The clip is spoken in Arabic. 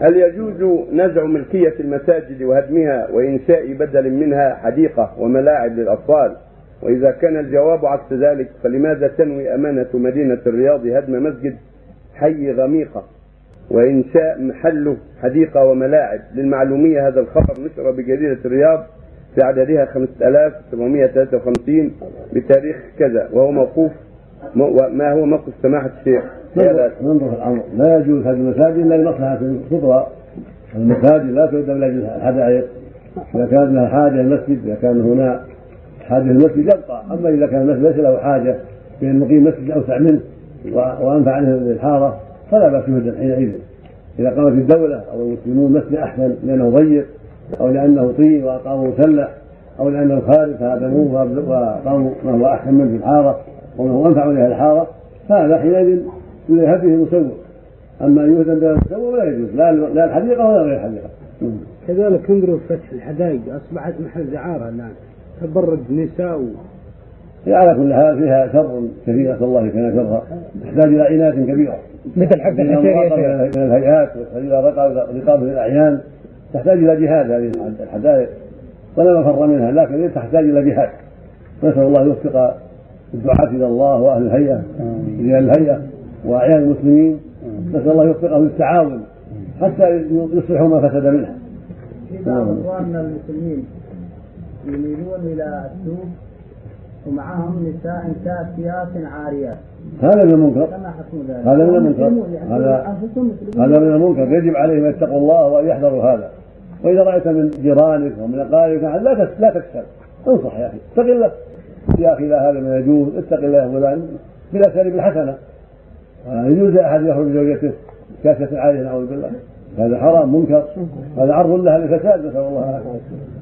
هل يجوز نزع ملكية المساجد وهدمها وإنشاء بدل منها حديقة وملاعب للأطفال؟ وإذا كان الجواب عكس ذلك فلماذا تنوي أمانة مدينة الرياض هدم مسجد حي غميقة وإنشاء محله حديقة وملاعب؟ للمعلومية هذا الخبر نشر بجريدة الرياض في عددها 5753 بتاريخ كذا، وهو موقوف. ما هو موقف سماحة الشيخ؟ ننظر في الأمر. لا يجوز هذه المساجد إلا لمصلحة كبرى. المساجد لا تهدم لأجل الحدائق. إذا كان لها حاجة المسجد، إذا كان هنا حاجة المسجد يبقى. أما إذا كان المسجد ليس له حاجة بأن نقيم مسجد أوسع منه وأنفع عنه للحارة فلا بأس يهدم حينئذ. إذا قامت الدولة أو المسلمون مسجد أحسن لأنه ضيق أو لأنه طين وأقاموا مسلح أو لأنه خارج فهدموه وأقاموا ما هو أحسن منه في الحارة وما هو أنفع لها الحارة، فهذا حينئذ يهدم المسوق. أما يهدم بها المسوق لا يجوز، لا الحديقة ولا غير الحديقة. كذلك انظروا فتح الحدائق أصبحت محل دعارة الآن، تبرد نساء. على كل حال فيها شر كثير، نسأل الله كان شرها، تحتاج إلى عناية كبيرة مثل حفظ الحشرية من الهيئات وإلى رقابة الأعيان. تحتاج إلى جهاد هذه الحدائق ولا مفر منها، لكن تحتاج إلى جهاد. نسأل الله يوفق الدعاة إلى الله وأهل الهيئة رجال الهيئة وأعيان المسلمين، نسأل الله يوفقهم للتعاون حتى يصلحوا ما فسد منها. إخواننا المسلمين يميلون إلى السوق ومعهم نساء كاسيات عاريات، هذا من المنكر. هذا من المنكر. هذا من المنكر، يجب عليهم أن يتقوا الله وأن يحذروا هذا. وإذا رأيت من جيرانك ومن أقاربك لا تكسر، انصح يا أخي، اتق الله يا أخي، لا هذا ما يجوز، اتق الله يا فلان بالأساليب الحسنة. ولا يجوز أحد يخرج بزوجته كاسية عارية، نعوذ بالله، هذا حرام منكر، هذا عرض لها للفساد، نسأل الله العافية.